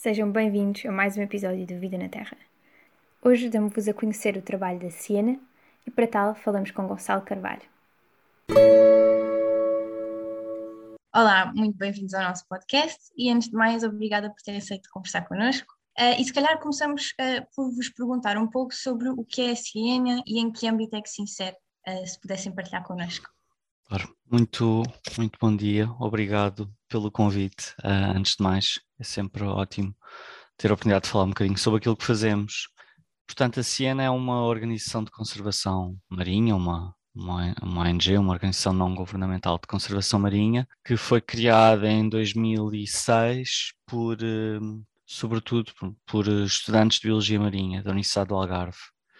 Sejam bem-vindos a mais um episódio do Vida na Terra. Hoje damos-vos a conhecer o trabalho da Siena e para tal falamos com Gonçalo Carvalho. Olá, muito bem-vindos ao nosso podcast e antes de mais, obrigada por terem aceito conversar connosco. E se calhar começamos por vos perguntar um pouco sobre o que é a Siena e em que âmbito é que se insere, se pudessem partilhar connosco. Claro, muito bom dia, obrigado pelo convite. Antes de mais, é sempre ótimo ter a oportunidade de falar um bocadinho sobre aquilo que fazemos. Portanto, a Siena é uma organização de conservação marinha, uma ONG, uma organização não governamental de conservação marinha, que foi criada em 2006 sobretudo por estudantes de Biologia Marinha da Universidade do Algarve,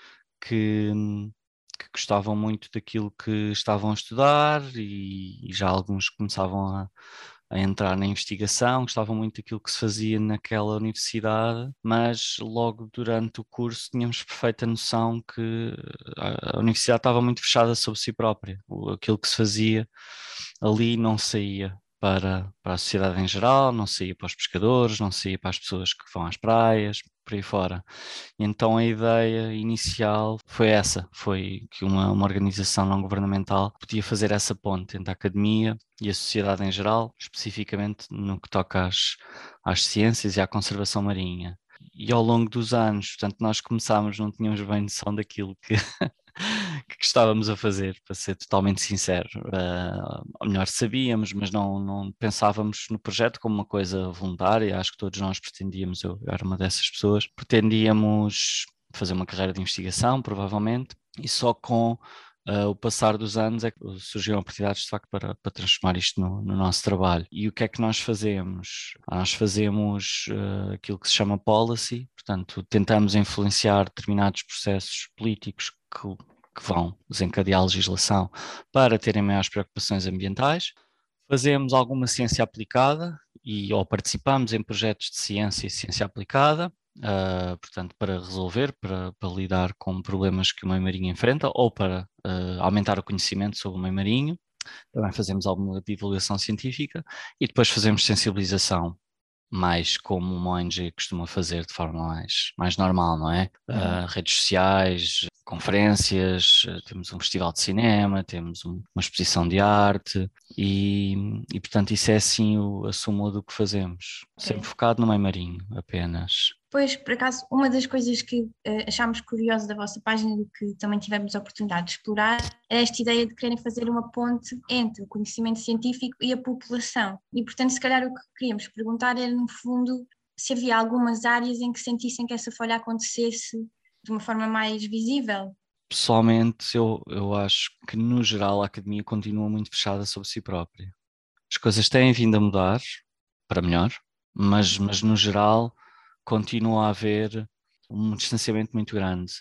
que gostavam muito daquilo que estavam a estudar e já alguns começavam a entrar na investigação, gostavam muito daquilo que se fazia naquela universidade, mas logo durante o curso tínhamos perfeita noção que a universidade estava muito fechada sobre si própria. Aquilo que se fazia ali não saía para a sociedade em geral, não saía para os pescadores, não saía para as pessoas que vão às praias, por aí fora. E então a ideia inicial foi essa, foi que uma organização não governamental podia fazer essa ponte entre a academia e a sociedade em geral, especificamente no que toca às ciências e à conservação marinha. E ao longo dos anos, portanto, nós começámos, não tínhamos bem noção daquilo que estávamos a fazer, para ser totalmente sincero. Ou melhor, sabíamos, mas não pensávamos no projeto como uma coisa voluntária. Acho que todos nós pretendíamos, eu era uma dessas pessoas, pretendíamos fazer uma carreira de investigação, provavelmente, e só com o passar dos anos é que surgiram oportunidades de facto para transformar isto no nosso trabalho. E o que é que nós fazemos? Nós fazemos aquilo que se chama policy, portanto tentamos influenciar determinados processos políticos que vão desencadear a legislação para terem maiores preocupações ambientais. Fazemos alguma ciência aplicada ou participamos em projetos de ciência e ciência aplicada, portanto, para resolver, para lidar com problemas que o meio marinho enfrenta ou para aumentar o conhecimento sobre o meio marinho. Também fazemos alguma divulgação científica e depois fazemos sensibilização, mais como uma ONG costuma fazer de forma mais normal, não é? Redes sociais, conferências, temos um festival de cinema, temos uma exposição de arte e portanto isso é assim a súmula do que fazemos, sempre focado no meio marinho apenas. Pois, por acaso, uma das coisas que achámos curiosa da vossa página e que também tivemos a oportunidade de explorar é esta ideia de quererem fazer uma ponte entre o conhecimento científico e a população. E, portanto, se calhar o que queríamos perguntar era, no fundo, se havia algumas áreas em que sentissem que essa folha acontecesse de uma forma mais visível. Pessoalmente, eu acho que, no geral, a academia continua muito fechada sobre si própria. As coisas têm vindo a mudar para melhor, mas no geral continua a haver um distanciamento muito grande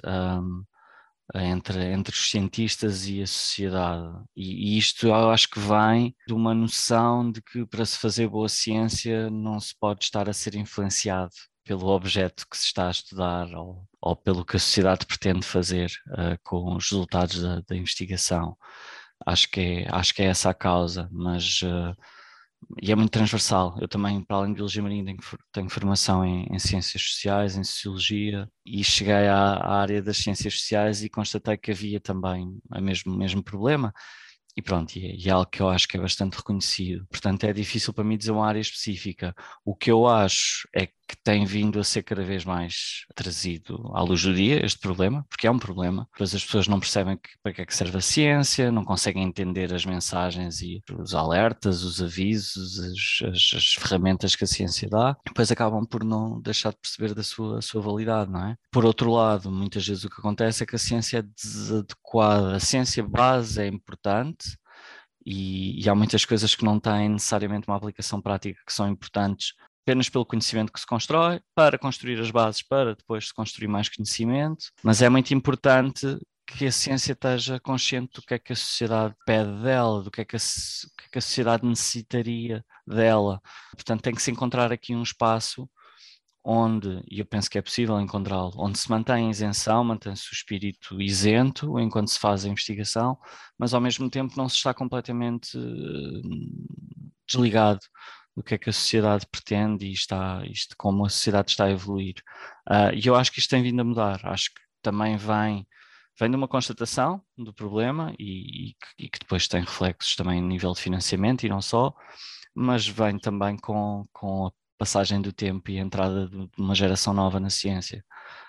entre os cientistas e a sociedade. E isto eu acho que vem de uma noção de que para se fazer boa ciência não se pode estar a ser influenciado pelo objeto que se está a estudar ou pelo que a sociedade pretende fazer com os resultados da investigação. Acho que é essa a causa, mas e é muito transversal. Eu também, para além de biologia marinha, tenho formação em ciências sociais, em sociologia, e cheguei à área das ciências sociais e constatei que havia também o mesmo problema. E pronto, e é algo que eu acho que é bastante reconhecido. Portanto, é difícil para mim dizer uma área específica. O que eu acho é que tem vindo a ser cada vez mais trazido à luz do dia este problema, porque é um problema. Pois as pessoas não percebem para que é que serve a ciência, não conseguem entender as mensagens e os alertas, os avisos, as ferramentas que a ciência dá, e depois acabam por não deixar de perceber da sua validade, não é? Por outro lado, muitas vezes o que acontece é que a ciência é desadequada. A ciência base é importante, e há muitas coisas que não têm necessariamente uma aplicação prática que são importantes apenas pelo conhecimento que se constrói, para construir as bases, para depois se construir mais conhecimento, mas é muito importante que a ciência esteja consciente do que é que a sociedade pede dela, do que é que a sociedade necessitaria dela. Portanto, tem que se encontrar aqui um espaço onde, e eu penso que é possível encontrá-lo, onde se mantém a isenção, mantém-se o espírito isento enquanto se faz a investigação, mas ao mesmo tempo não se está completamente desligado do que é que a sociedade pretende e isto como a sociedade está a evoluir. E eu acho que isto tem vindo a mudar. Acho que também vem de uma constatação do problema e que depois tem reflexos também no nível de financiamento e não só, mas vem também com a passagem do tempo e a entrada de uma geração nova na ciência.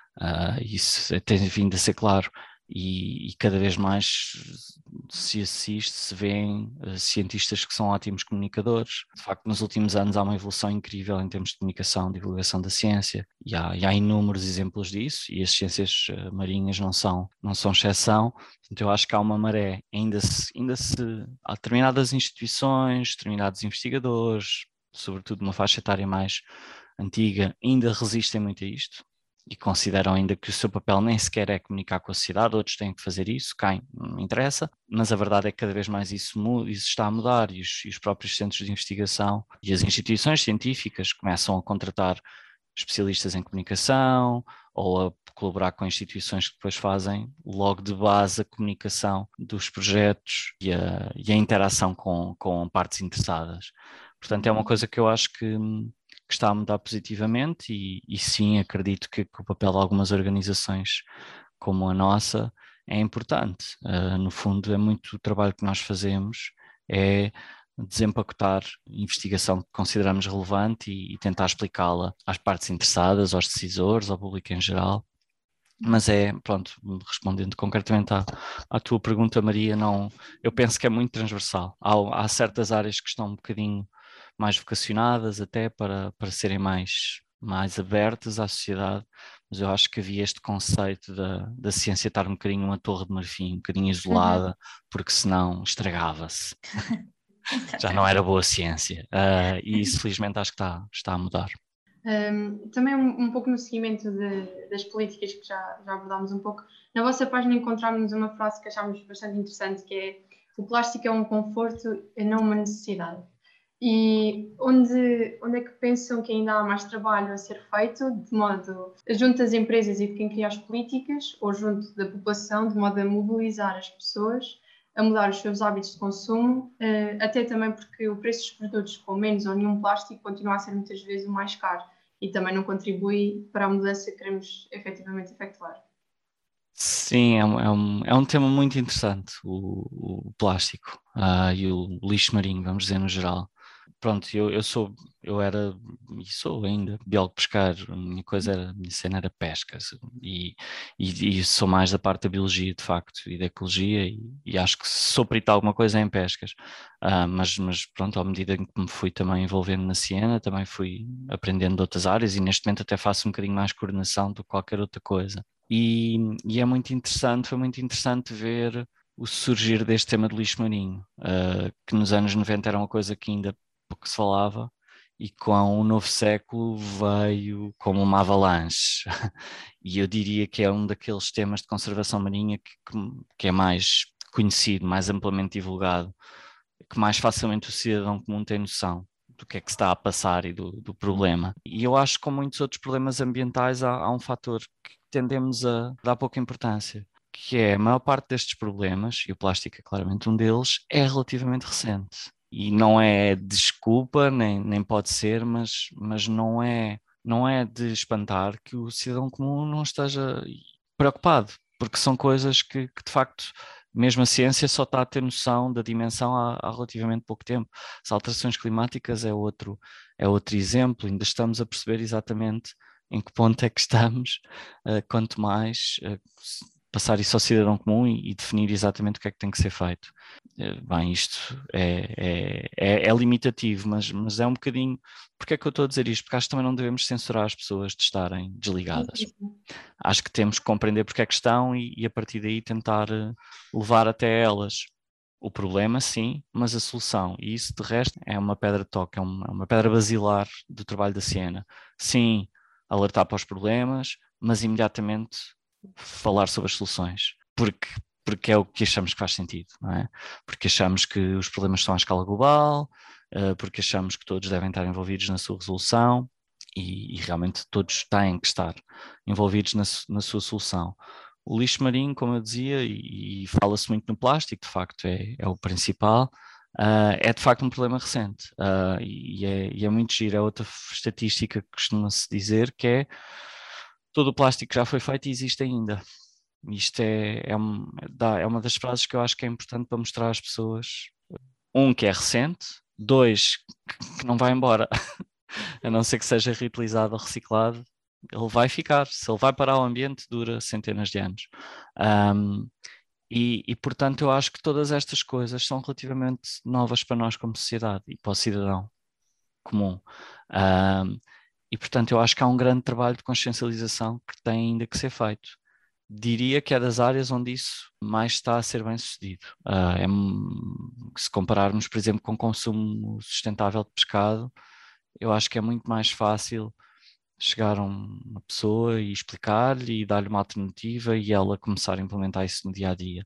Isso tem vindo a ser claro e cada vez mais se assiste, se vêem cientistas que são ótimos comunicadores. De facto, nos últimos anos há uma evolução incrível em termos de comunicação, divulgação da ciência e há inúmeros exemplos disso e as ciências marinhas não são exceção. Portanto, eu acho que há uma maré, há determinadas instituições, determinados investigadores, sobretudo numa faixa etária mais antiga, ainda resistem muito a isto e consideram ainda que o seu papel nem sequer é comunicar com a sociedade, outros têm que fazer isso, quem não interessa, mas a verdade é que cada vez mais isso está a mudar e os próprios centros de investigação e as instituições científicas começam a contratar especialistas em comunicação ou a colaborar com instituições que depois fazem logo de base a comunicação dos projetos e a interação com partes interessadas. Portanto, é uma coisa que eu acho que está a mudar positivamente e sim, acredito que o papel de algumas organizações como a nossa é importante. No fundo, é muito o trabalho que nós fazemos, é desempacotar investigação que consideramos relevante e tentar explicá-la às partes interessadas, aos decisores, ao público em geral. Mas pronto, respondendo concretamente à tua pergunta, Maria, não, eu penso que é muito transversal. Há certas áreas que estão um bocadinho mais vocacionadas até para serem mais abertas à sociedade, mas eu acho que havia este conceito da ciência estar um bocadinho uma torre de marfim, um bocadinho isolada, porque senão estragava-se. Já não era boa ciência. E isso felizmente acho que está a mudar. Também um pouco no seguimento das políticas que já abordámos um pouco, na vossa página encontramos uma frase que achámos bastante interessante, que é: o plástico é um conforto e não uma necessidade. E onde é que pensam que ainda há mais trabalho a ser feito, de modo junto das empresas e de quem cria as políticas, ou junto da população, de modo a mobilizar as pessoas a mudar os seus hábitos de consumo, até também porque o preço dos produtos com menos ou nenhum plástico continua a ser muitas vezes o mais caro e também não contribui para a mudança que queremos efetivamente efetuar. Sim, é um tema muito interessante, o plástico e o lixo marinho, vamos dizer no geral. Pronto, eu era e sou ainda biólogo pesqueiro, a minha cena era pescas e sou mais da parte da biologia de facto e da ecologia e acho que sou perito alguma coisa é em pescas, mas pronto, à medida que me fui também envolvendo na ciência, também fui aprendendo de outras áreas e neste momento até faço um bocadinho mais coordenação do que qualquer outra coisa. E foi muito interessante ver o surgir deste tema do lixo marinho, que nos anos 90 era uma coisa que ainda pouco se falava e com o novo século veio como uma avalanche. E eu diria que é um daqueles temas de conservação marinha que é mais conhecido, mais amplamente divulgado, que mais facilmente o cidadão comum tem noção do que é que se está a passar e do problema. E eu acho que com muitos outros problemas ambientais há um fator que tendemos a dar pouca importância, que é a maior parte destes problemas, e o plástico é claramente um deles, é relativamente recente. E não é desculpa, nem pode ser, mas não é de espantar que o cidadão comum não esteja preocupado, porque são coisas que de facto mesmo a ciência só está a ter noção da dimensão há relativamente pouco tempo. As alterações climáticas é outro exemplo, ainda estamos a perceber exatamente em que ponto é que estamos, quanto mais passar isso ao cidadão comum e definir exatamente o que é que tem que ser feito. Bem, isto é limitativo, mas é um bocadinho... Porque é que eu estou a dizer isto? Porque acho que também não devemos censurar as pessoas de estarem desligadas. Acho que temos que compreender porque é que estão e a partir daí tentar levar até elas o problema, sim, mas a solução. E isso, de resto, é uma pedra de toque, é uma pedra basilar do trabalho da Siena. Sim, alertar para os problemas, mas imediatamente falar sobre as soluções. Porque é o que achamos que faz sentido, não é? Porque achamos que os problemas estão à escala global, porque achamos que todos devem estar envolvidos na sua resolução e realmente todos têm que estar envolvidos na sua solução. O lixo marinho, como eu dizia, e fala-se muito no plástico, de facto é o principal, é de facto um problema recente, e é muito giro. É outra estatística que costuma-se dizer, que é todo o plástico que já foi feito e existe ainda. Isto é uma das frases que eu acho que é importante para mostrar às pessoas, que é recente, dois, que não vai embora, a não ser que seja reutilizado ou reciclado, ele vai ficar. Se ele vai para o ambiente, dura centenas de anos. Portanto, eu acho que todas estas coisas são relativamente novas para nós como sociedade e para o cidadão comum. Portanto, eu acho que há um grande trabalho de consciencialização que tem ainda que ser feito. Diria que é das áreas onde isso mais está a ser bem sucedido. Se compararmos, por exemplo, com o consumo sustentável de pescado, eu acho que é muito mais fácil chegar a uma pessoa e explicar-lhe e dar-lhe uma alternativa e ela começar a implementar isso no dia a dia.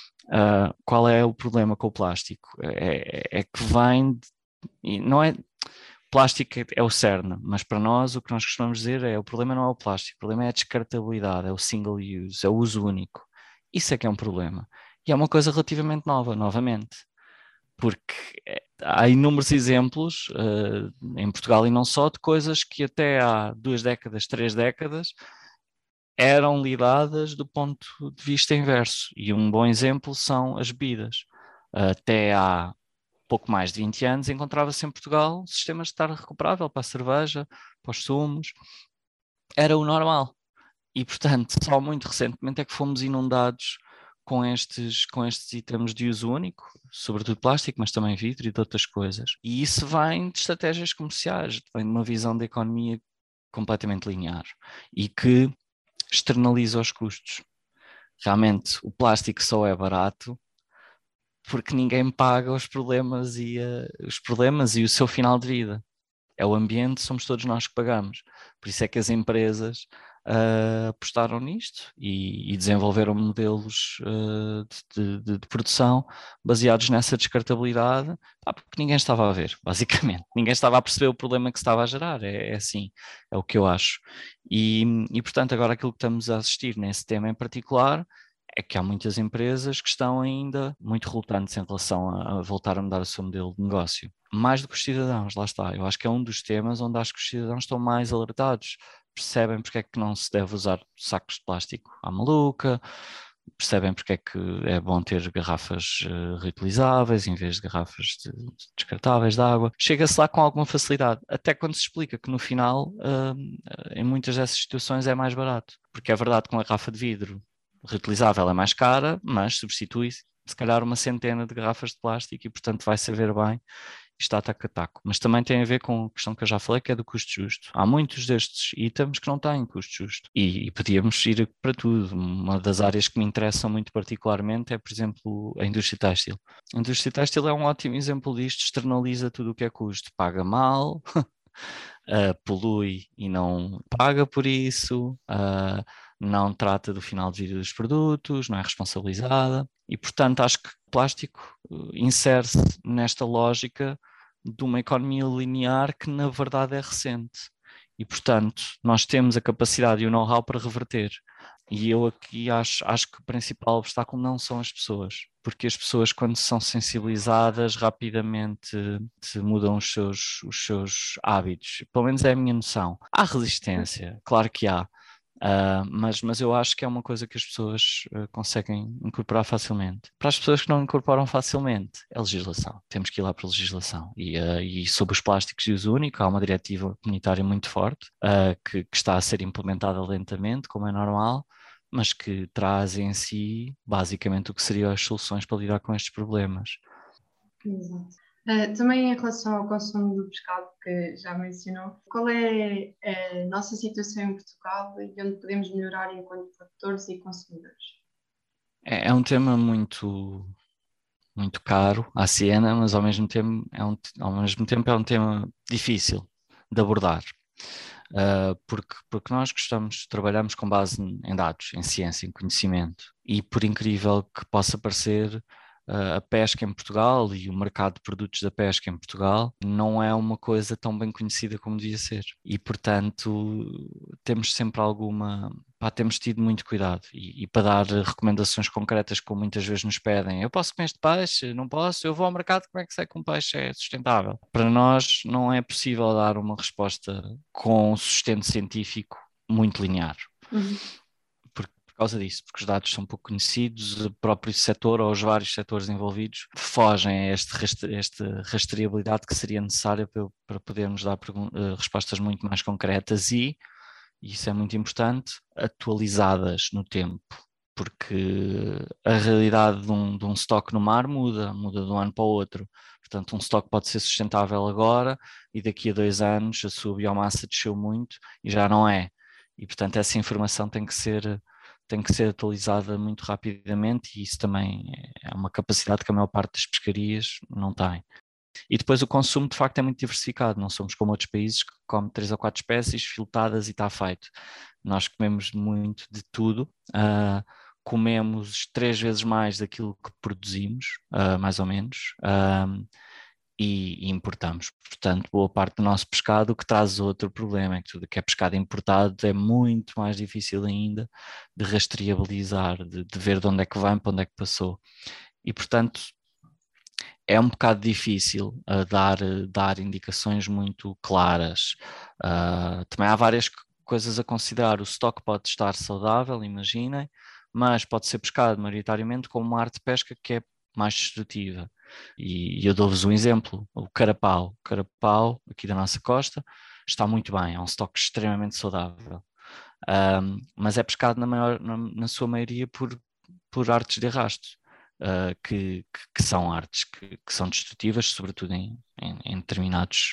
Qual é o problema com o plástico? É que vem, e não é, plástico é o cerne, mas para nós o que nós costumamos dizer o problema não é o plástico, o problema é a descartabilidade, é o single use, é o uso único. Isso é que é um problema. E é uma coisa relativamente nova, novamente, porque há inúmeros exemplos em Portugal e não só, de coisas que até há 2 décadas, 3 décadas, eram lidadas do ponto de vista inverso. E um bom exemplo são as bebidas. Até há pouco mais de 20 anos encontrava-se em Portugal sistemas de estar recuperável para a cerveja, para os sumos. Era o normal. E, portanto, só muito recentemente é que fomos inundados com estes itens de uso único, sobretudo plástico, mas também vidro e de outras coisas. E isso vem de estratégias comerciais, vem de uma visão da economia completamente linear e que externaliza os custos. Realmente, o plástico só é barato porque ninguém paga os problemas e o seu final de vida. É o ambiente, somos todos nós que pagamos. Por isso é que as empresas apostaram nisto e desenvolveram modelos de produção baseados nessa descartabilidade, porque ninguém estava a ver, basicamente. Ninguém estava a perceber o problema que se estava a gerar. É assim, é o que eu acho. Portanto, agora aquilo que estamos a assistir nesse tema em particular é que há muitas empresas que estão ainda muito relutantes em relação a voltar a mudar o seu modelo de negócio. Mais do que os cidadãos, lá está. Eu acho que é um dos temas onde acho que os cidadãos estão mais alertados, percebem porque é que não se deve usar sacos de plástico à maluca, percebem porque é que é bom ter garrafas reutilizáveis em vez de garrafas descartáveis de água. Chega-se lá com alguma facilidade, até quando se explica que no final, em muitas dessas situações, é mais barato. Porque é verdade que uma garrafa de vidro reutilizável é mais cara, mas substitui-se se calhar uma centena de garrafas de plástico e, portanto, vai saber bem e está taco a taco. Mas também tem a ver com a questão que eu já falei, que é do custo justo. Há muitos destes itens que não têm custo justo e podíamos ir para tudo. Uma das áreas que me interessam muito particularmente é, por exemplo, a indústria têxtil. A indústria têxtil é um ótimo exemplo disto, externaliza tudo o que é custo, paga mal, polui e não paga por isso, não trata do final de vida dos produtos, não é responsabilizada e, portanto, acho que o plástico insere-se nesta lógica de uma economia linear que, na verdade, é recente. E, portanto, nós temos a capacidade e o know-how para reverter. E eu aqui acho que o principal obstáculo não são as pessoas, porque as pessoas, quando são sensibilizadas, rapidamente mudam os seus hábitos. Pelo menos é a minha noção. Há resistência, claro que há. Mas eu acho que é uma coisa que as pessoas conseguem incorporar facilmente. Para as pessoas que não incorporam facilmente, é legislação. Temos que ir lá para a legislação. E sobre os plásticos de uso único, há uma diretiva comunitária muito forte que está a ser implementada lentamente, como é normal, mas que traz em si, basicamente, o que seriam as soluções para lidar com estes problemas. Exato. Também em relação ao consumo do pescado, que já mencionou, qual é a nossa situação em Portugal e onde podemos melhorar enquanto produtores e consumidores? É um tema muito, muito caro à Siena, mas ao mesmo tempo é um tema difícil de abordar. Porque nós trabalhamos com base em dados, em ciência, em conhecimento, e por incrível que possa parecer, a pesca em Portugal e o mercado de produtos da pesca em Portugal não é uma coisa tão bem conhecida como devia ser. E, portanto, temos sempre temos tido muito cuidado e para dar recomendações concretas, como muitas vezes nos pedem, eu posso comer este peixe? Não posso? Eu vou ao mercado, como é que sei que um peixe é sustentável? Para nós não é possível dar uma resposta com sustento científico muito linear. Por causa disso, porque os dados são pouco conhecidos, o próprio setor ou os vários setores envolvidos fogem a esta rastreabilidade que seria necessária para podermos dar respostas muito mais concretas e isso é muito importante, atualizadas no tempo, porque a realidade de um estoque no mar muda de um ano para o outro. Portanto, um estoque pode ser sustentável agora e daqui a 2 anos a sua biomassa desceu muito e já não é. E, portanto, essa informação tem que ser atualizada muito rapidamente e isso também é uma capacidade que a maior parte das pescarias não tem. E depois o consumo de facto é muito diversificado, não somos como outros países que comem 3 ou 4 espécies filtradas e está feito. Nós comemos muito de tudo, comemos 3 vezes mais daquilo que produzimos, mais ou menos, e importamos. Portanto, boa parte do nosso pescado, o que traz outro problema, é que tudo que é pescado importado é muito mais difícil ainda de rastreabilizar, de ver de onde é que vem, para onde é que passou. E, portanto, é um bocado difícil dar indicações muito claras. Também há várias coisas a considerar. O estoque pode estar saudável, imaginem, mas pode ser pescado maioritariamente com uma arte de pesca que é mais destrutiva. E eu dou-vos um exemplo, o carapau. O carapau, aqui da nossa costa, está muito bem, é um estoque extremamente saudável. Mas é pescado na sua maioria por artes de arrasto. Que são artes que são destrutivas, sobretudo em determinados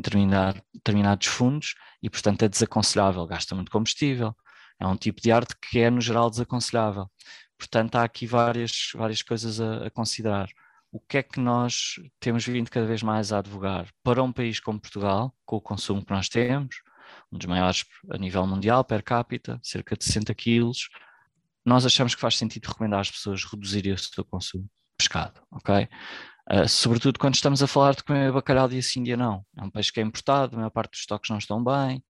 fundos, e portanto é desaconselhável, gasta muito combustível, é um tipo de arte que é no geral desaconselhável. Portanto há aqui várias coisas a considerar. O que é que nós temos vindo cada vez mais a advogar para um país como Portugal, com o consumo que nós temos, um dos maiores a nível mundial, per capita, cerca de 60 quilos, nós achamos que faz sentido recomendar às pessoas reduzirem o seu consumo de pescado, ok? Sobretudo quando estamos a falar de comer bacalhau dia sim, dia não. É um peixe que é importado, a maior parte dos estoques não estão bem,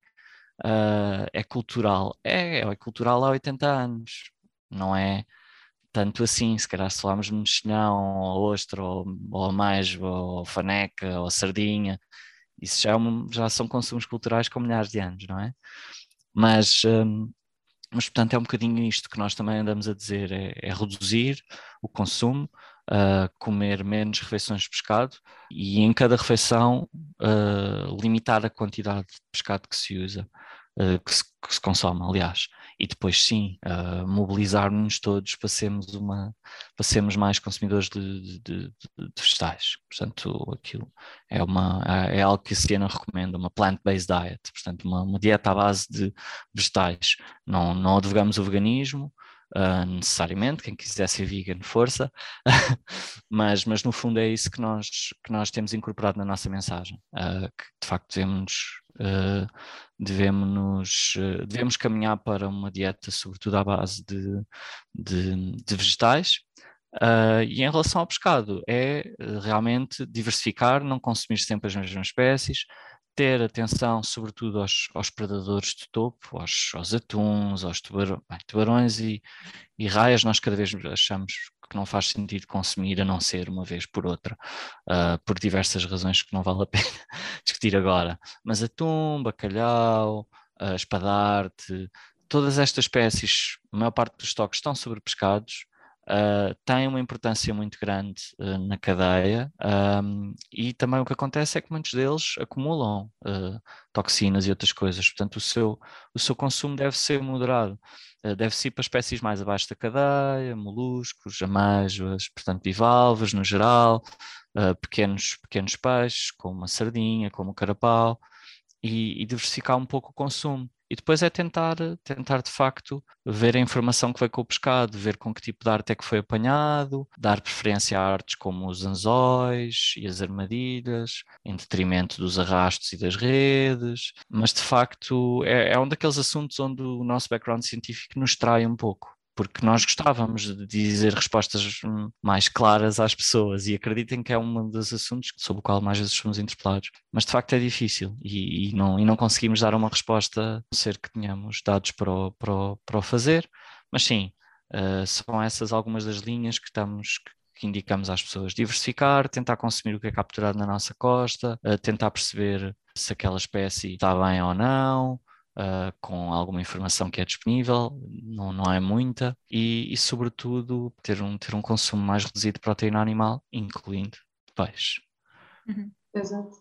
é cultural. É cultural há 80 anos, não é tanto assim. Se calhar se falarmos de mexilhão, ou ostra, ou ameijo, ou faneca, ou sardinha, isso já são consumos culturais com milhares de anos, não é? Mas portanto é um bocadinho isto que nós também andamos a dizer, é reduzir o consumo, comer menos refeições de pescado e em cada refeição limitar a quantidade de pescado que se usa, que se consome, aliás. E depois sim, mobilizar-nos todos para sermos mais consumidores de vegetais. Portanto, aquilo é algo que a Siena recomenda, uma plant-based diet, portanto uma dieta à base de vegetais. Não advogamos o veganismo, necessariamente, quem quiser ser vegan, força, mas no fundo é isso que nós temos incorporado na nossa mensagem, que de facto devemos caminhar para uma dieta sobretudo à base de vegetais. E em relação ao pescado, é realmente diversificar, não consumir sempre as mesmas espécies, ter atenção sobretudo aos predadores de topo, aos atuns, aos tubarões e raias. Nós cada vez achamos que não faz sentido consumir a não ser uma vez por outra, por diversas razões que não vale a pena discutir agora. Mas atum, bacalhau, espadarte, todas estas espécies, a maior parte dos estoques estão sobrepescados, têm uma importância muito grande na cadeia, e também o que acontece é que muitos deles acumulam toxinas e outras coisas, portanto o seu consumo deve ser moderado, deve-se ir para espécies mais abaixo da cadeia, moluscos, amêijoas, portanto bivalves no geral, pequenos peixes como a sardinha, como o carapau, e diversificar um pouco o consumo. E depois é tentar de facto ver a informação que veio com o pescado, ver com que tipo de arte é que foi apanhado, dar preferência a artes como os anzóis e as armadilhas, em detrimento dos arrastos e das redes, mas de facto é um daqueles assuntos onde o nosso background científico nos trai um pouco. porque nós gostávamos de dizer respostas mais claras às pessoas e acreditem que é um dos assuntos sobre o qual mais vezes fomos interpelados, mas de facto é difícil e não conseguimos dar uma resposta, a não ser que tenhamos dados para o fazer, mas sim, são essas algumas das linhas que indicamos às pessoas: diversificar, tentar consumir o que é capturado na nossa costa, tentar perceber se aquela espécie está bem ou não, com alguma informação que é disponível, não é muita, e sobretudo ter um consumo mais reduzido de proteína animal, incluindo peixe. Exato.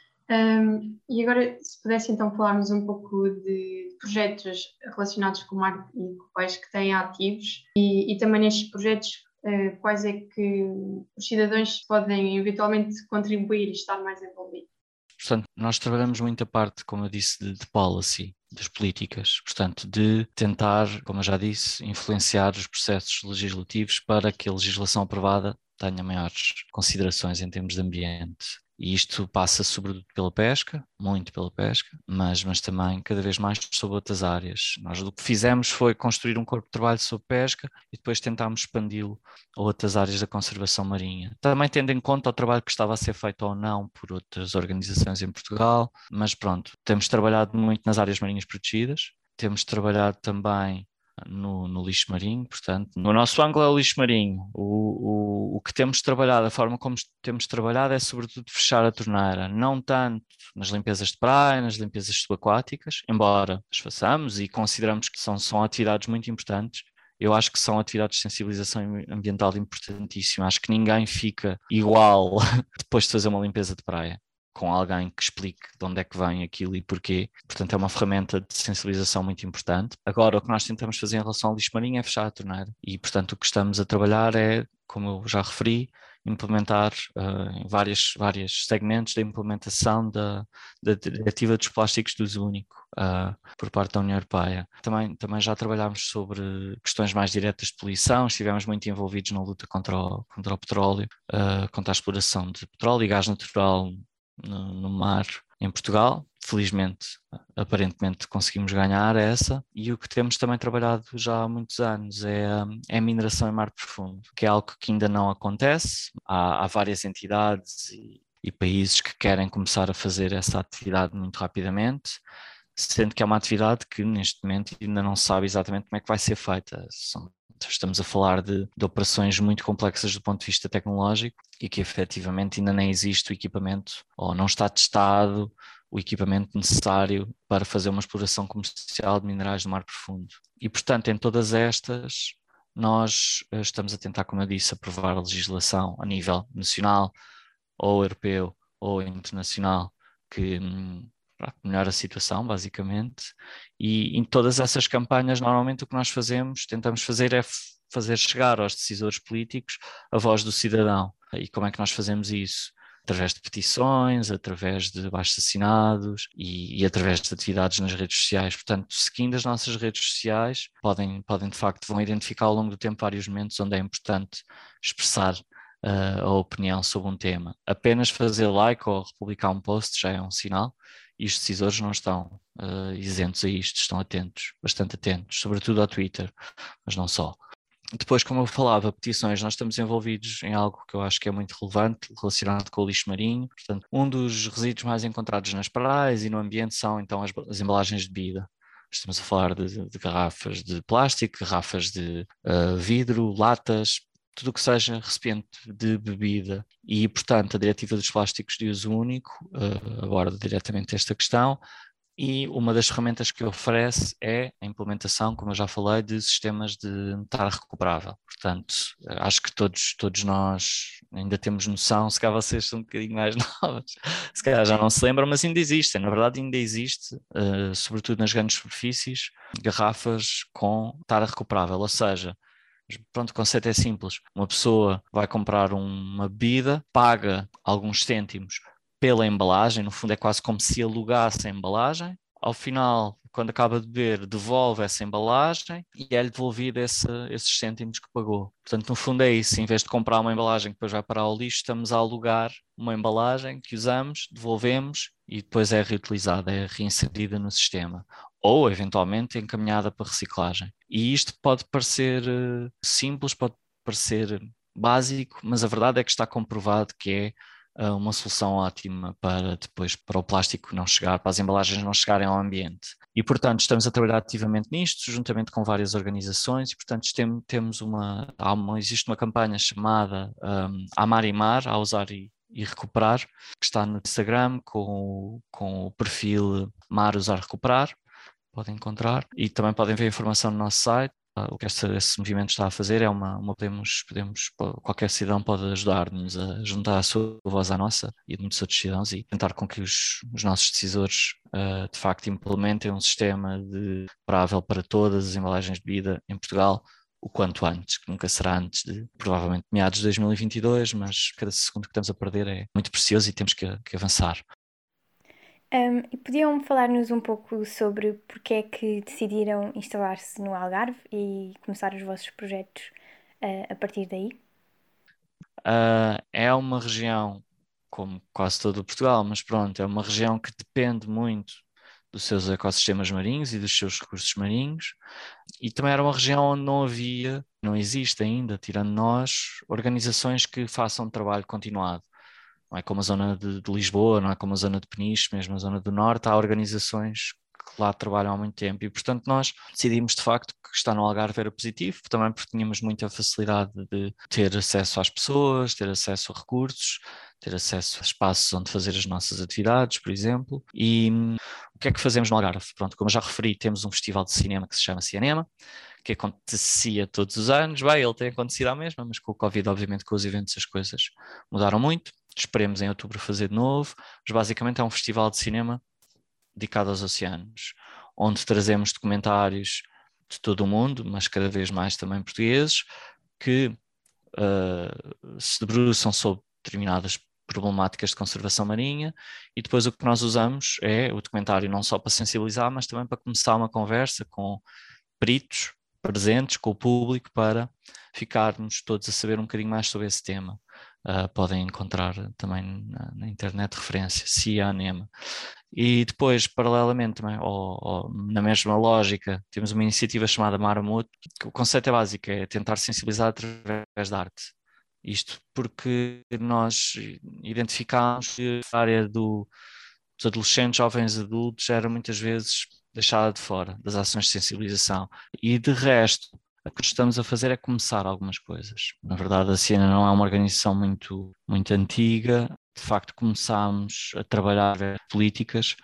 E agora, se pudesse então falarmos um pouco de projetos relacionados com o mar e com o peixe que têm ativos e também nestes projetos, quais é que os cidadãos podem eventualmente contribuir e estar mais envolvidos? Portanto, nós trabalhamos muito a parte, como eu disse, de policy, das políticas, portanto, de tentar, como eu já disse, influenciar os processos legislativos para que a legislação aprovada tenha maiores considerações em termos de ambiente. E isto passa sobretudo pela pesca, muito pela pesca, mas também cada vez mais sobre outras áreas. Nós o que fizemos foi construir um corpo de trabalho sobre pesca e depois tentámos expandi-lo a outras áreas da conservação marinha. Também tendo em conta o trabalho que estava a ser feito ou não por outras organizações em Portugal, mas pronto, temos trabalhado muito nas áreas marinhas protegidas, temos trabalhado também no lixo marinho, portanto, no nosso ângulo é o lixo marinho. O que temos trabalhado, a forma como temos trabalhado é sobretudo fechar a torneira, não tanto nas limpezas de praia, nas limpezas subaquáticas, embora as façamos e consideramos que são atividades muito importantes. Eu acho que são atividades de sensibilização ambiental importantíssimas. Acho que ninguém fica igual depois de fazer uma limpeza de praia, com alguém que explique de onde é que vem aquilo e porquê. Portanto, é uma ferramenta de sensibilização muito importante. Agora, o que nós tentamos fazer em relação ao lixo marinho é fechar a torneira. E, portanto, o que estamos a trabalhar é, como eu já referi, implementar em vários segmentos da implementação da Diretiva dos Plásticos de Uso Único por parte da União Europeia. Também já trabalhámos sobre questões mais diretas de poluição, estivemos muito envolvidos na luta contra o petróleo, contra a exploração de petróleo e gás natural no mar em Portugal. Felizmente, aparentemente conseguimos ganhar essa, e o que temos também trabalhado já há muitos anos é a mineração em mar profundo, que é algo que ainda não acontece. Há várias entidades e países que querem começar a fazer essa atividade muito rapidamente, sendo que é uma atividade que neste momento ainda não se sabe exatamente como é que vai ser feita. Estamos a falar de operações muito complexas do ponto de vista tecnológico e que efetivamente ainda nem existe o equipamento ou não está testado o equipamento necessário para fazer uma exploração comercial de minerais do mar profundo. E, portanto, em todas estas, nós estamos a tentar, como eu disse, aprovar a legislação a nível nacional ou europeu ou internacional que melhora a situação, basicamente. E em todas essas campanhas, normalmente o que nós tentamos fazer é fazer chegar aos decisores políticos a voz do cidadão. E como é que nós fazemos isso? Através de petições, através de abaixo-assinados e através de atividades nas redes sociais. Portanto, seguindo as nossas redes sociais, podem de facto, vão identificar ao longo do tempo vários momentos onde é importante expressar a opinião sobre um tema. Apenas fazer like ou republicar um post já é um sinal, e os decisores não estão isentos a isto, estão atentos, bastante atentos, sobretudo ao Twitter, mas não só. Depois, como eu falava, petições, nós estamos envolvidos em algo que eu acho que é muito relevante, relacionado com o lixo marinho. Portanto, um dos resíduos mais encontrados nas praias e no ambiente são então as embalagens de bebida. Estamos a falar de garrafas de plástico, garrafas de vidro, latas, tudo o que seja recipiente de bebida. E, portanto, a Diretiva dos Plásticos de Uso Único aborda diretamente esta questão, e uma das ferramentas que oferece é a implementação, como eu já falei, de sistemas de metal recuperável. Portanto, acho que todos nós ainda temos noção, se calhar vocês são um bocadinho mais novos, se calhar já não se lembram, mas ainda existem. Na verdade, ainda existe, sobretudo nas grandes superfícies, garrafas com metal recuperável, ou seja, pronto, o conceito é simples. Uma pessoa vai comprar uma bebida, paga alguns cêntimos pela embalagem, no fundo é quase como se alugasse a embalagem. Ao final, quando acaba de beber, devolve essa embalagem e é-lhe devolvido esses cêntimos que pagou. Portanto, no fundo é isso. Em vez de comprar uma embalagem que depois vai para o lixo, estamos a alugar uma embalagem que usamos, devolvemos e depois é reutilizada, é reinserida no sistema. ou eventualmente encaminhada para reciclagem. E isto pode parecer simples, pode parecer básico, mas a verdade é que está comprovado que é uma solução ótima para depois para o plástico não chegar, para as embalagens não chegarem ao ambiente. E, portanto, estamos a trabalhar ativamente nisto, juntamente com várias organizações, e, portanto, existe uma campanha chamada Amar e Mar, a usar e recuperar, que está no Instagram com o perfil Mar Usar Recuperar, podem encontrar, e também podem ver informação no nosso site. O que esse movimento está a fazer é qualquer cidadão pode ajudar-nos a juntar a sua voz à nossa e a muitos outros cidadãos e tentar com que os nossos decisores de facto implementem um sistema comparável para todas as embalagens de bebida em Portugal o quanto antes, que nunca será antes de provavelmente meados de 2022, mas cada segundo que estamos a perder é muito precioso e temos que avançar. E podiam falar-nos um pouco sobre porque é que decidiram instalar-se no Algarve e começar os vossos projetos a partir daí? É uma região, como quase todo o Portugal, mas pronto, é uma região que depende muito dos seus ecossistemas marinhos e dos seus recursos marinhos, e também era uma região onde não existe ainda, tirando nós, organizações que façam trabalho continuado. Não é como a zona de Lisboa, não é como a zona de Peniche, mesmo a zona do Norte, há organizações que lá trabalham há muito tempo e, portanto, nós decidimos de facto que estar no Algarve era positivo, também porque tínhamos muita facilidade de ter acesso às pessoas, ter acesso a recursos, ter acesso a espaços onde fazer as nossas atividades, por exemplo. E o que é que fazemos no Algarve? Pronto, como eu já referi, temos um festival de cinema que se chama Cianema, que acontecia todos os anos. Bem, ele tem acontecido à mesma, mas com o Covid, obviamente, com os eventos as coisas mudaram muito. Esperemos em outubro fazer de novo, mas basicamente é um festival de cinema dedicado aos oceanos, onde trazemos documentários de todo o mundo, mas cada vez mais também portugueses, que se debruçam sobre determinadas problemáticas de conservação marinha, e depois o que nós usamos é o documentário não só para sensibilizar, mas também para começar uma conversa com peritos presentes, com o público, para ficarmos todos a saber um bocadinho mais sobre esse tema. Podem encontrar também na internet referência, CIANEMA. E depois, paralelamente, também, ou na mesma lógica, temos uma iniciativa chamada Maramuto, que o conceito é básico, é tentar sensibilizar através da arte. Isto porque nós identificamos que a área dos adolescentes, jovens adultos, era muitas vezes deixada de fora das ações de sensibilização. E de resto, o que estamos a fazer é começar algumas coisas. Na verdade, a Siena não é uma organização muito, muito antiga. De facto, começámos a trabalhar políticas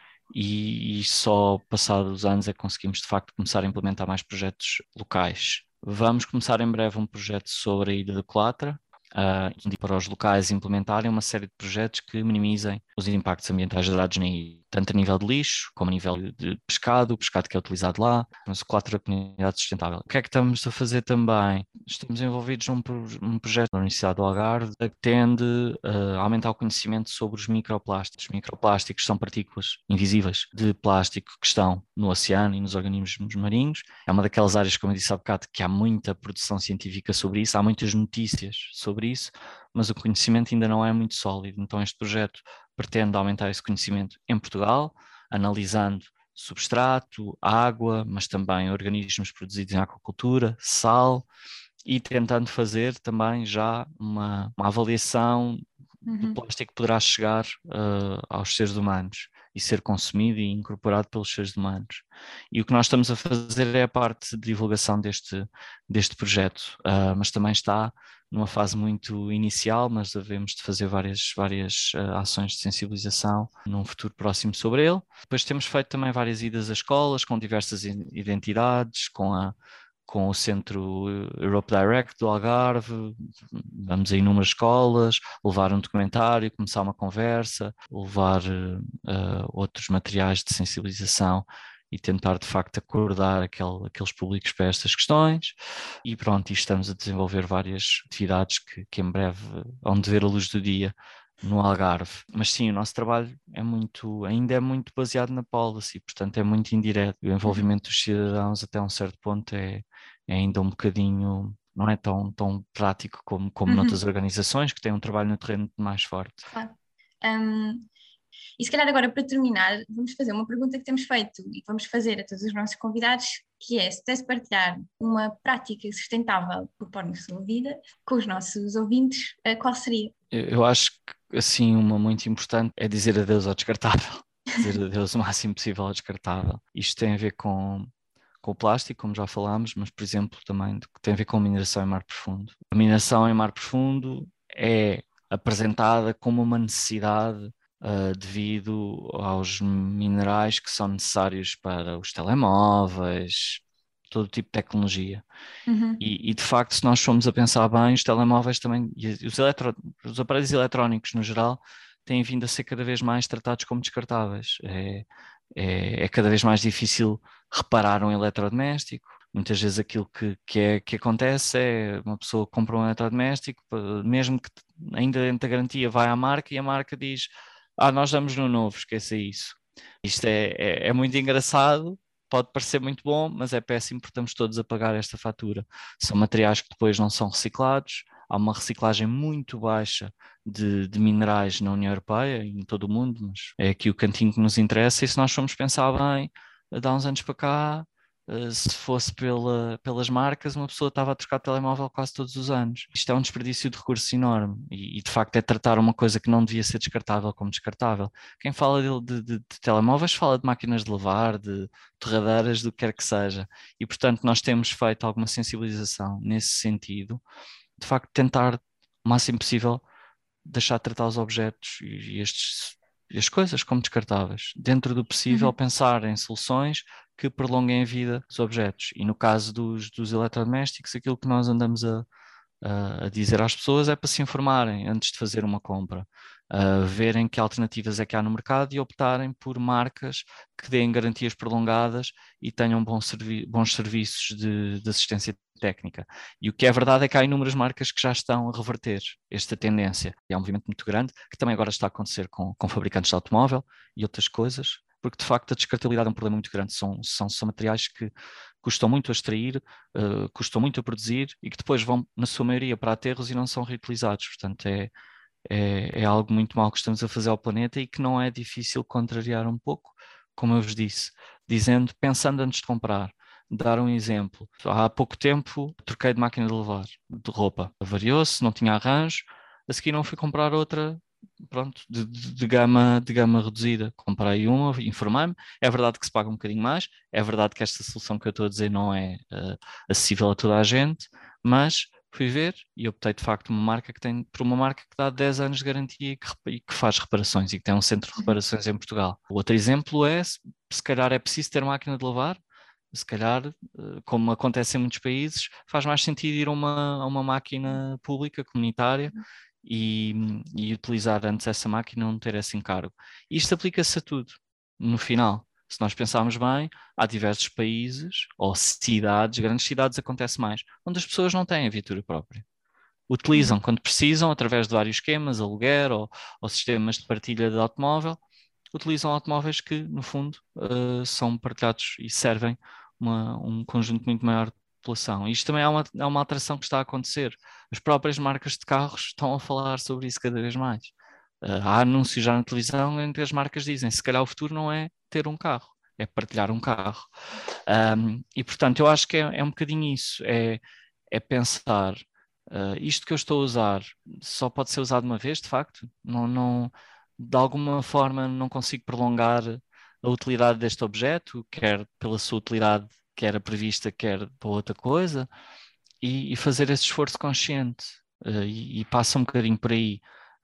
e só passados os anos é que conseguimos, de facto, começar a implementar mais projetos locais. Vamos começar em breve um projeto sobre a Ilha de Colatra, para os locais implementarem uma série de projetos que minimizem os impactos ambientais gerados na ilha, tanto a nível de lixo, como a nível de pescado, o pescado que é utilizado lá, mas a comunidade sustentável. O que é que estamos a fazer também? Estamos envolvidos num projeto da Universidade do Algarve que tende a aumentar o conhecimento sobre os microplásticos. Os microplásticos são partículas invisíveis de plástico que estão no oceano e nos organismos marinhos. É uma daquelas áreas, como eu disse há bocado, que há muita produção científica sobre isso, há muitas notícias sobre isso, mas o conhecimento ainda não é muito sólido. Então este projeto pretende aumentar esse conhecimento em Portugal, analisando substrato, água, mas também organismos produzidos em aquacultura, sal, e tentando fazer também já uma avaliação do plástico que poderá chegar aos seres humanos e ser consumido e incorporado pelos seres humanos. E o que nós estamos a fazer é a parte de divulgação deste projeto, mas também está numa fase muito inicial, mas devemos de fazer várias ações de sensibilização num futuro próximo sobre ele. Depois temos feito também várias idas a escolas com diversas identidades, com o Centro Europe Direct do Algarve, vamos a inúmeras escolas, levar um documentário, começar uma conversa, levar outros materiais de sensibilização e tentar de facto acordar aqueles públicos para estas questões. E pronto, e estamos a desenvolver várias atividades que em breve vão de ver a luz do dia no Algarve. Mas sim, o nosso trabalho ainda é muito baseado na policy, portanto é muito indireto. O envolvimento dos cidadãos até um certo ponto é ainda um bocadinho, não é tão prático como noutras organizações que têm um trabalho no terreno mais forte. Claro. E se calhar agora, para terminar, vamos fazer uma pergunta que temos feito e que vamos fazer a todos os nossos convidados, que é: se pudesse partilhar uma prática sustentável que propõe a sua vida com os nossos ouvintes, qual seria? Eu acho que, assim, uma muito importante é dizer adeus ao descartável. Dizer adeus o máximo possível ao descartável. Isto tem a ver com o plástico, como já falámos, mas, por exemplo, também tem a ver com a mineração em mar profundo. A mineração em mar profundo é apresentada como uma necessidade devido aos minerais que são necessários para os telemóveis, todo tipo de tecnologia. Uhum. E de facto, se nós formos a pensar bem, os telemóveis também, e os aparelhos eletrónicos no geral, têm vindo a ser cada vez mais tratados como descartáveis. É cada vez mais difícil reparar um eletrodoméstico. Muitas vezes aquilo que acontece é uma pessoa compra um eletrodoméstico, mesmo que ainda dentro da garantia, vai à marca e a marca diz: nós damos no novo, esqueça isso. Isto é muito engraçado, pode parecer muito bom, mas é péssimo porque estamos todos a pagar esta fatura. São materiais que depois não são reciclados, há uma reciclagem muito baixa de minerais na União Europeia e em todo o mundo, mas é aqui o cantinho que nos interessa. E se nós formos pensar bem, de há uns anos para cá, se fosse pelas marcas, uma pessoa estava a trocar de telemóvel quase todos os anos. Isto é um desperdício de recursos enorme e de facto é tratar uma coisa que não devia ser descartável como descartável. Quem fala de telemóveis fala de máquinas de lavar, de torradeiras, do que quer que seja. E portanto nós temos feito alguma sensibilização nesse sentido, de facto tentar o máximo possível deixar de tratar os objetos e as coisas como descartáveis. Dentro do possível, pensar em soluções que prolonguem a vida dos objetos. E no caso dos eletrodomésticos, aquilo que nós andamos a dizer às pessoas é para se informarem antes de fazer uma compra, verem que alternativas é que há no mercado e optarem por marcas que deem garantias prolongadas e tenham bons serviços de assistência técnica. E o que é verdade é que há inúmeras marcas que já estão a reverter esta tendência. E é um movimento muito grande que também agora está a acontecer com fabricantes de automóvel e outras coisas, porque de facto a descartabilidade é um problema muito grande. São materiais que custam muito a extrair, custam muito a produzir e que depois vão, na sua maioria, para aterros e não são reutilizados. Portanto, é algo muito mal que estamos a fazer ao planeta e que não é difícil contrariar um pouco, como eu vos disse, pensando antes de comprar. Dar um exemplo. Há pouco tempo troquei de máquina de lavar de roupa. Avariou-se, não tinha arranjo. A seguir não fui comprar outra, pronto, de gama reduzida. Comprei uma, informei-me. É verdade que se paga um bocadinho mais. É verdade que esta solução que eu estou a dizer não é acessível a toda a gente, mas fui ver e optei de facto por uma marca que dá 10 anos de garantia e que faz reparações e que tem um centro de reparações em Portugal. O outro exemplo é, se calhar é preciso ter máquina de lavar. Se calhar, como acontece em muitos países, faz mais sentido ir a uma máquina pública, comunitária, e utilizar antes essa máquina e não ter esse encargo. Isto aplica-se a tudo, no final. Se nós pensarmos bem, há diversos países ou cidades, grandes cidades acontece mais, onde as pessoas não têm a viatura própria. Utilizam quando precisam, através de vários esquemas, aluguer ou sistemas de partilha de automóvel, utilizam automóveis que, no fundo, são partilhados e servem um conjunto muito maior de população. Isto também é uma alteração que está a acontecer. As próprias marcas de carros estão a falar sobre isso cada vez mais. Há anúncios já na televisão em que as marcas dizem: se calhar o futuro não é ter um carro, é partilhar um carro. E portanto, eu acho que é um bocadinho isso, é pensar. Isto que eu estou a usar só pode ser usado uma vez, de facto. Não, de alguma forma não consigo prolongar a utilidade deste objeto, quer pela sua utilidade que era prevista, quer para outra coisa, e fazer esse esforço consciente. E passa um bocadinho por aí.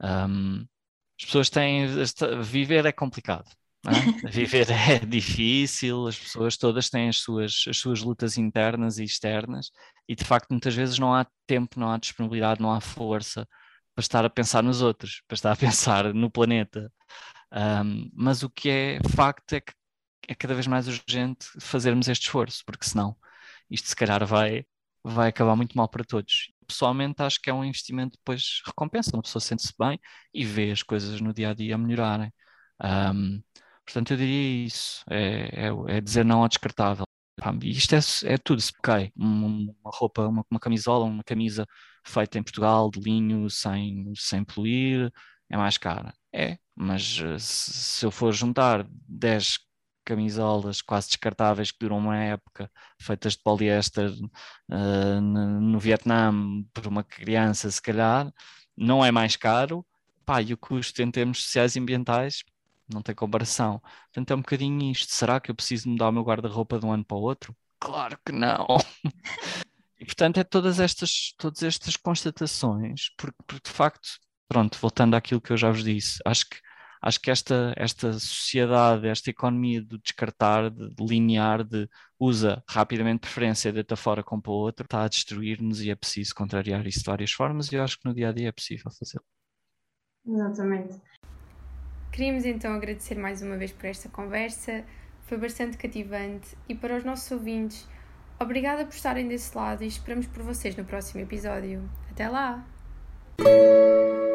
As pessoas viver é complicado. Não é? Viver é difícil, as pessoas todas têm as suas lutas internas e externas, e de facto muitas vezes não há tempo, não há disponibilidade, não há força para estar a pensar nos outros, para estar a pensar no planeta. Mas o que é facto é que é cada vez mais urgente fazermos este esforço, porque senão isto se calhar vai acabar muito mal para todos. Pessoalmente acho que é um investimento que depois recompensa, uma pessoa sente-se bem e vê as coisas no dia a dia melhorarem. Portanto, eu diria isso, é dizer não ao descartável. E isto é tudo, se cai uma roupa, uma camisola, uma camisa feita em Portugal, de linho, sem poluir, é mais cara. mas se eu for juntar 10 camisolas quase descartáveis que duram uma época, feitas de poliéster no Vietnã por uma criança, se calhar, não é mais caro, pá, e o custo em termos sociais e ambientais não tem comparação. Portanto, é um bocadinho isto. Será que eu preciso mudar o meu guarda-roupa de um ano para o outro? Claro que não! E portanto é todas estas constatações, porque de facto, pronto, voltando àquilo que eu já vos disse, acho que esta sociedade, esta economia do descartar, de linear, de usa rapidamente preferência, deita fora, compra outro, está a destruir-nos e é preciso contrariar isso de várias formas e eu acho que no dia a dia é possível fazê-lo. Exatamente. Queríamos então agradecer mais uma vez por esta conversa, foi bastante cativante e para os nossos ouvintes, obrigada por estarem desse lado e esperamos por vocês no próximo episódio. Até lá!